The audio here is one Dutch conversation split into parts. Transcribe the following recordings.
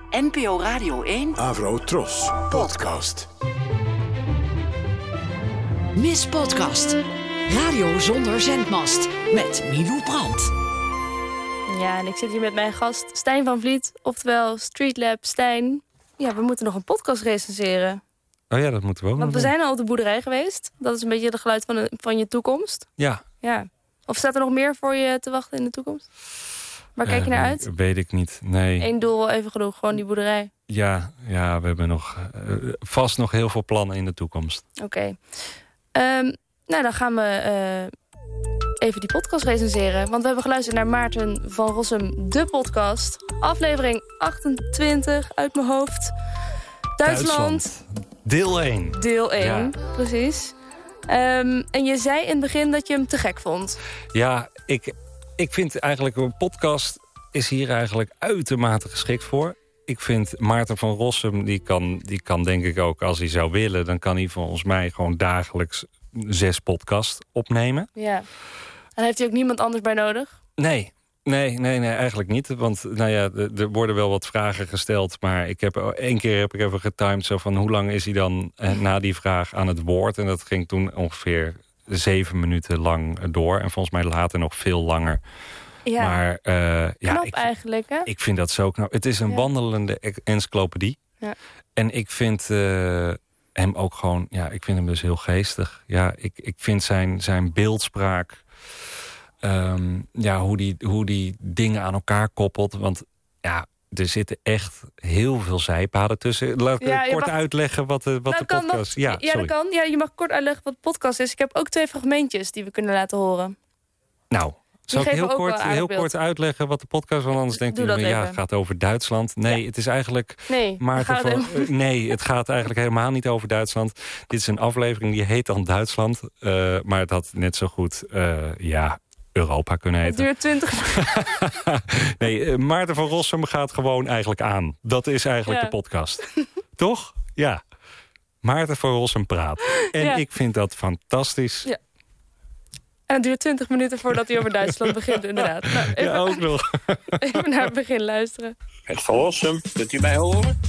NPO Radio 1. Avro Tros. Podcast. Miss Podcast. Radio zonder zendmast. Met Milou Brandt. Ja, en ik zit hier met mijn gast Stijn van Vliet. Oftewel Streetlab Stijn. Ja, we moeten nog een podcast recenseren. Oh ja, dat moeten we ook. Want we zijn al op de boerderij geweest. Dat is een beetje het geluid van je toekomst. Ja. Of staat er nog meer voor je te wachten in de toekomst? Waar kijk je naar uit? Weet ik niet, nee. Eén doel wel even genoeg, gewoon die boerderij. Ja, we hebben nog vast nog heel veel plannen in de toekomst. Oké. Nou, dan gaan we even die podcast recenseren. Want we hebben geluisterd naar Maarten van Rossum, de podcast. Aflevering 28 uit mijn hoofd. Duitsland. Deel 1. Deel 1, ja. Precies. En je zei in het begin dat je hem te gek vond. Ja, ik vind eigenlijk een podcast is hier eigenlijk uitermate geschikt voor. Ik vind Maarten van Rossum, die kan denk ik ook, als hij zou willen, dan kan hij volgens mij gewoon dagelijks 6 podcasts opnemen. Ja. En heeft hij ook niemand anders bij nodig? Nee, eigenlijk niet. Want nou ja, er worden wel wat vragen gesteld. Maar één keer heb ik even getimed zo van hoe lang is hij dan na die vraag aan het woord. En dat ging toen ongeveer 7 minuten lang door. En volgens mij later nog veel langer. Ja, maar, knap eigenlijk, hè? Ik vind dat zo knap. Het is een wandelende encyclopedie. Ja. En ik vind hem ook gewoon... Ja, ik vind hem dus heel geestig. Ja, ik vind zijn beeldspraak... hoe die dingen aan elkaar koppelt. Want ja, er zitten echt heel veel zijpaden tussen. Laat ik kort uitleggen wat de podcast... Dat kan. Ja, je mag kort uitleggen wat de podcast is. Ik heb ook 2 fragmentjes die we kunnen laten horen. Nou, zal ik heel kort uitleggen wat de podcast... want anders denkt u, het gaat over Duitsland. Nee, het is eigenlijk... het gaat eigenlijk helemaal niet over Duitsland. Dit is een aflevering die heet dan Duitsland. Maar het had net zo goed... Europa kunnen heten. Het duurt 20 Nee, Maarten van Rossum gaat gewoon eigenlijk aan. Dat is eigenlijk de podcast. Toch? Ja. Maarten van Rossum praat. En ik vind dat fantastisch. Ja. En het duurt 20 minuten voordat hij over Duitsland begint, inderdaad. Nou, even, ook nog. Even naar het begin luisteren. Het Van Rossum, kunt u mij horen?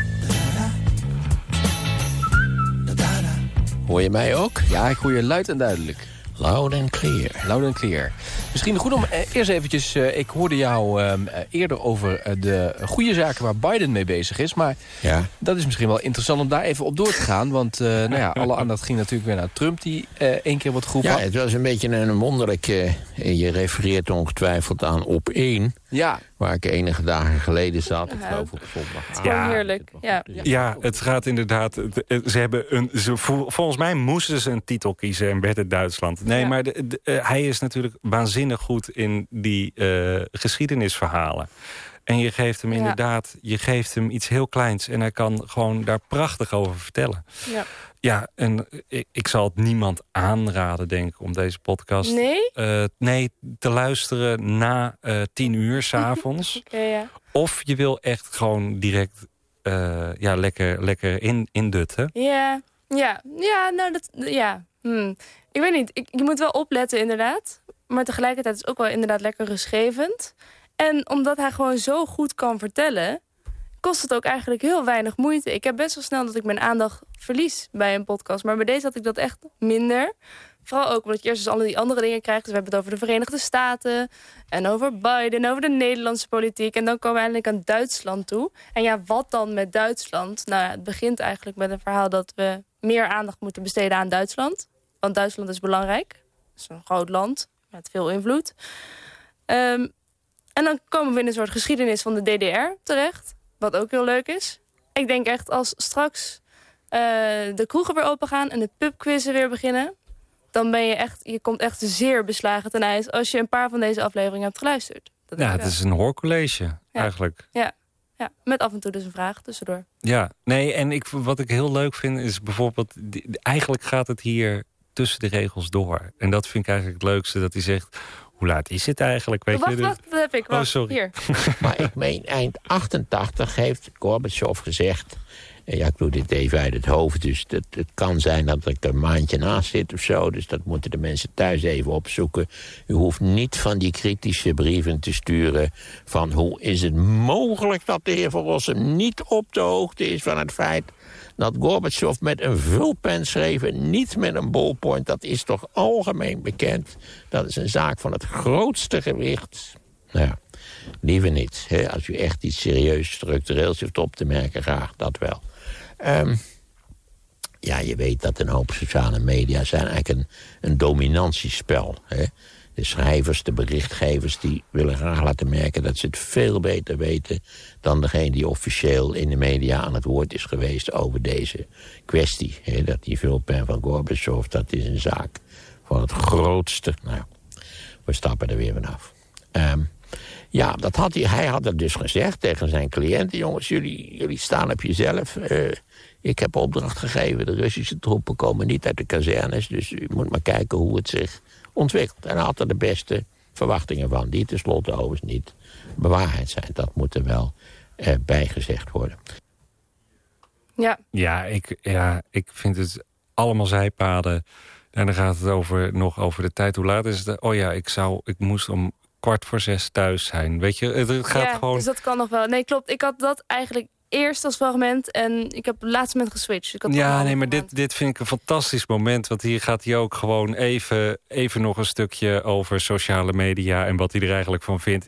Hoor je mij ook? Ja, ik hoor je luid en duidelijk. Loud and clear. Loud and clear. Misschien goed om eerst eventjes... ik hoorde jou eerder over de goede zaken waar Biden mee bezig is. Maar dat is misschien wel interessant om daar even op door te gaan. Want alle aandacht ging natuurlijk weer naar Trump... die 1 keer wat groep had. Ja, het was een beetje een wonderlijk... je refereert ongetwijfeld aan Op 1... Ja. Waar ik enige dagen geleden zat. Ik geloof op zondag. Het is gewoon heerlijk. Ja, het gaat inderdaad... Ze hebben volgens mij moesten ze een titel kiezen en werd het Duitsland. Nee, maar hij is natuurlijk waanzinnig goed in die geschiedenisverhalen. En je geeft hem inderdaad, iets heel kleins. En hij kan gewoon daar prachtig over vertellen. Ja. Ja, en ik zal het niemand aanraden, denk ik, om deze podcast... Nee, te luisteren na 10 uur 's avonds. Okay, Of je wil echt gewoon direct lekker indutten. Ik weet niet, je moet wel opletten inderdaad. Maar tegelijkertijd is het ook wel inderdaad lekker rustgevend. En omdat hij gewoon zo goed kan vertellen... kost het ook eigenlijk heel weinig moeite. Ik heb best wel snel dat ik mijn aandacht verlies bij een podcast. Maar bij deze had ik dat echt minder. Vooral ook omdat je eerst dus alle die andere dingen krijgt. Dus we hebben het over de Verenigde Staten. En over Biden. En over de Nederlandse politiek. En dan komen we eindelijk aan Duitsland toe. En ja, wat dan met Duitsland? Nou ja, het begint eigenlijk met een verhaal dat we meer aandacht moeten besteden aan Duitsland. Want Duitsland is belangrijk. Het is een groot land met veel invloed. En dan komen we in een soort geschiedenis van de DDR terecht. Wat ook heel leuk is. Ik denk echt als straks de kroegen weer open gaan en de pubquizzen weer beginnen... dan ben je komt echt zeer beslagen ten ijs als je een paar van deze afleveringen hebt geluisterd. Het is een hoorcollege eigenlijk. Ja, met af en toe dus een vraag tussendoor. Ja, nee, en wat ik heel leuk vind is bijvoorbeeld... eigenlijk gaat het hier tussen de regels door. En dat vind ik eigenlijk het leukste, dat hij zegt... hoe laat is het eigenlijk? Weet Wacht, je? dat heb ik. Wacht, sorry. Hier. Maar ik meen, eind 88 heeft Gorbachev gezegd... Ja, ik doe dit even uit het hoofd, dus het kan zijn dat ik een maandje naast zit of zo. Dus dat moeten de mensen thuis even opzoeken. U hoeft niet van die kritische brieven te sturen van... hoe is het mogelijk dat de heer Van Rossum niet op de hoogte is van het feit... dat Gorbachev met een vulpen schreef en niet met een ballpoint. Dat is toch algemeen bekend. Dat is een zaak van het grootste gewicht. Nou ja, liever niet. Hè? Als u echt iets serieus structureels heeft op te merken, graag dat wel. Ja, je weet dat een hoop sociale media zijn eigenlijk een dominantiespel. Hè? De schrijvers, de berichtgevers, die willen graag laten merken... dat ze het veel beter weten dan degene die officieel in de media aan het woord is geweest... over deze kwestie. Hè? Dat die vulpen van Gorbachev, dat is een zaak van het grootste. Nou, we stappen er weer vanaf. Ja, dat had hij had het dus gezegd tegen zijn cliënten. Jongens, jullie staan op jezelf. Ik heb opdracht gegeven. De Russische troepen komen niet uit de kazernes. Dus u moet maar kijken hoe het zich ontwikkelt. En hij had er de beste verwachtingen van. Die tenslotte overigens niet bewaarheid zijn. Dat moet er wel bijgezegd worden. Ja, ik vind het allemaal zijpaden. En dan gaat het nog over de tijd. Hoe laat is het? Oh ja, ik moest om 5:45 thuis zijn. Weet je, het gaat gewoon... dus dat kan nog wel. Nee, klopt. Ik had dat eigenlijk eerst als fragment en ik heb op het laatste moment geswitcht. Ik had maar dit vind ik een fantastisch moment. Want hier gaat hij ook gewoon even nog een stukje over sociale media en wat hij er eigenlijk van vindt.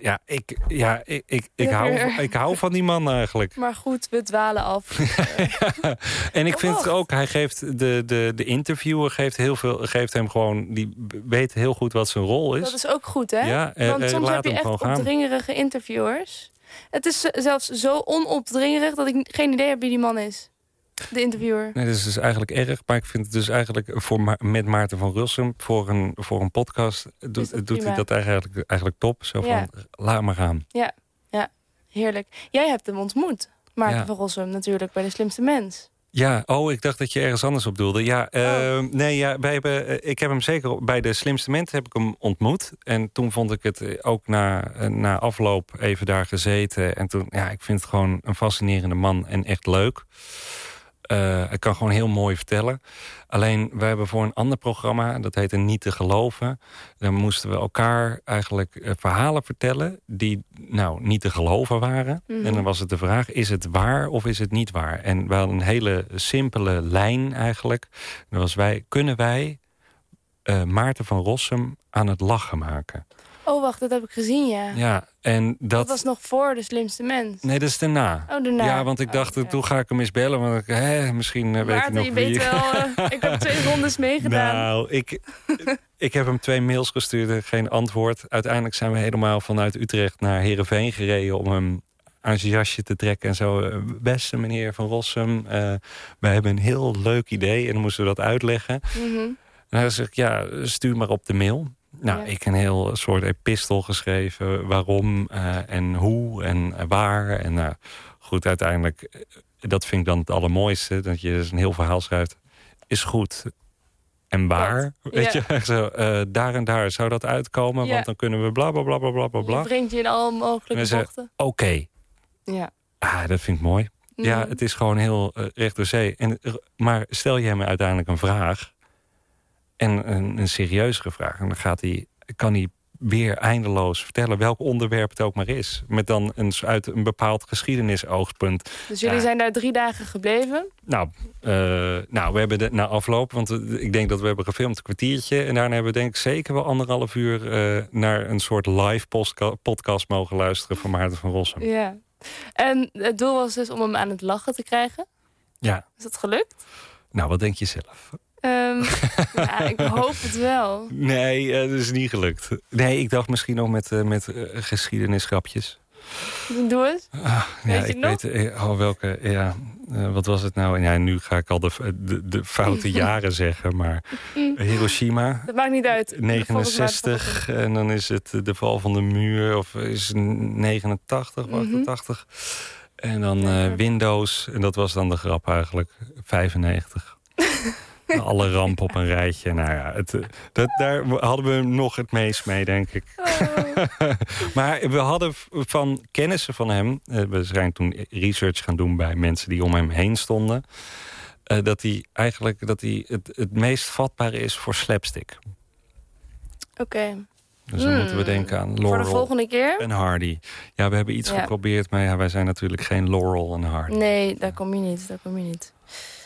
Ik hou van die man eigenlijk. Maar goed, we dwalen af. Ja. En ik vind het ook, hij geeft de interviewer geeft hem gewoon, die weet heel goed wat zijn rol is. Dat is ook goed, hè? Ja, want soms heb je echt opdringerige interviewers. Het is zelfs zo onopdringerig dat ik geen idee heb wie die man is. De interviewer. Nee, dat is dus eigenlijk erg. Maar ik vind het dus eigenlijk met Maarten van Rossum voor een podcast doet hij dat eigenlijk top. Zo van, laat maar gaan. Ja, heerlijk. Jij hebt hem ontmoet. Maarten van Rossum natuurlijk bij De Slimste Mens. Ja, ik dacht dat je ergens anders op doelde. Ja, ik heb hem zeker bij De Slimste Mens heb ik hem ontmoet. En toen vond ik het ook na afloop even daar gezeten. En toen, ik vind het gewoon een fascinerende man en echt leuk. Hij kan gewoon heel mooi vertellen. Alleen, wij hebben voor een ander programma, dat heette Niet te geloven. Dan moesten we elkaar eigenlijk verhalen vertellen die niet te geloven waren. Mm-hmm. En dan was het de vraag, is het waar of is het niet waar? En we hadden een hele simpele lijn eigenlijk. Dat was kunnen wij Maarten van Rossum aan het lachen maken? Oh, wacht, dat heb ik gezien, ja. Ja, en dat was nog voor De Slimste Mens. Nee, dat is daarna. Oh, daarna. Ja, want ik dacht, toen ga ik hem eens bellen. Want misschien weet hij nog je wie. Weet wel, ik heb 2 rondes meegedaan. Nou, ik heb hem 2 mails gestuurd, geen antwoord. Uiteindelijk zijn we helemaal vanuit Utrecht naar Heerenveen gereden... om hem aan zijn jasje te trekken en zo. Beste meneer Van Rossum, we hebben een heel leuk idee. En dan moesten we dat uitleggen. Mm-hmm. En hij zegt, stuur maar op de mail... Nou, ik een heel soort epistel geschreven. Waarom en hoe en waar. En goed, uiteindelijk, dat vind ik dan het allermooiste. Dat je dus een heel verhaal schrijft. Is goed. En waar? Weet je, zo, daar en daar zou dat uitkomen. Want dan kunnen we bla bla bla bla bla bla. Je brengt je in alle mogelijke bochten. Oké. Ja. Dat vind ik mooi. Mm. Ja, het is gewoon heel recht door zee. Maar stel je hem uiteindelijk een vraag... En een serieuzere vraag. En dan kan hij weer eindeloos vertellen welk onderwerp het ook maar is. Met dan uit een bepaald geschiedenisoogpunt. Dus jullie zijn daar 3 dagen gebleven? Nou, we hebben na afloop, want ik denk dat we hebben gefilmd een kwartiertje. En daarna hebben we denk ik zeker wel 1,5 uur naar een soort live podcast mogen luisteren van Maarten van Rossum. Ja. En het doel was dus om hem aan het lachen te krijgen? Ja. Is dat gelukt? Nou, wat denk je zelf? Ik hoop het wel. Nee, dat is niet gelukt. Nee, ik dacht misschien nog met geschiedenisgrapjes. Doe eens. Welke... Ja, wat was het nou? Ja, nu ga ik al de foute jaren zeggen, maar... Hiroshima. Dat maakt niet uit. 69. En dan is het de val van de muur. Of is het 89 of 88. En dan Windows. En dat was dan de grap eigenlijk. 95. Alle rampen op een rijtje. Nou ja, daar hadden we nog het meest mee, denk ik. Maar we hadden van kennissen van hem... we zijn toen research gaan doen bij mensen die om hem heen stonden... dat hij het meest vatbaar is voor slapstick. Oké. Dus dan moeten we denken aan Laurel voor de volgende keer? en Hardy. Ja, we hebben iets geprobeerd, maar wij zijn natuurlijk geen Laurel en Hardy. Nee, daar kom je niet.